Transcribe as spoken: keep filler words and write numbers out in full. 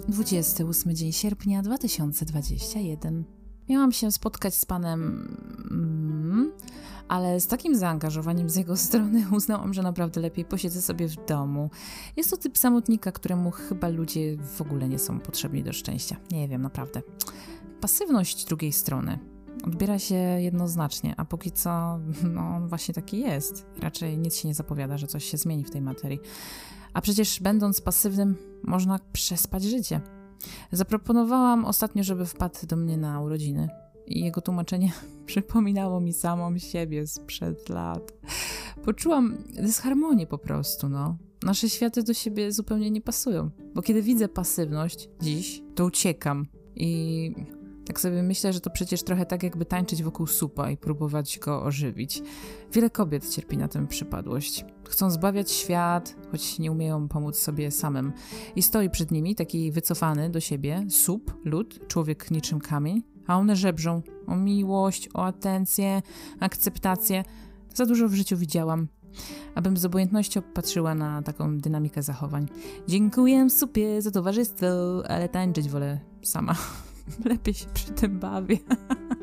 dwudziesty ósmy dzień sierpnia dwa tysiące dwudziesty pierwszy. Miałam się spotkać z panem, mm, ale z takim zaangażowaniem z jego strony uznałam, że naprawdę lepiej posiedzę sobie w domu. Jest to typ samotnika, któremu chyba ludzie w ogóle nie są potrzebni do szczęścia. Nie wiem, naprawdę. Pasywność drugiej strony odbiera się jednoznacznie, a póki co, no on właśnie taki jest. Raczej nic się nie zapowiada, że coś się zmieni w tej materii. A przecież będąc pasywnym, można przespać życie. Zaproponowałam ostatnio, żeby wpadł do mnie na urodziny i jego tłumaczenie przypominało mi samą siebie sprzed lat. Poczułam dysharmonię po prostu, no. Nasze światy do siebie zupełnie nie pasują, bo kiedy widzę pasywność dziś, to uciekam i tak sobie myślę, że to przecież trochę tak jakby tańczyć wokół supa i próbować go ożywić. Wiele kobiet cierpi na tę przypadłość. Chcą zbawiać świat, choć nie umieją pomóc sobie samym. I stoi przed nimi taki wycofany do siebie sup, lód, człowiek niczym kamień, a one żebrzą o miłość, o atencję, akceptację. Za dużo w życiu widziałam, abym z obojętnością patrzyła na taką dynamikę zachowań. Dziękuję supie za towarzystwo, ale tańczyć wolę sama. Lepiej się przy tym bawię.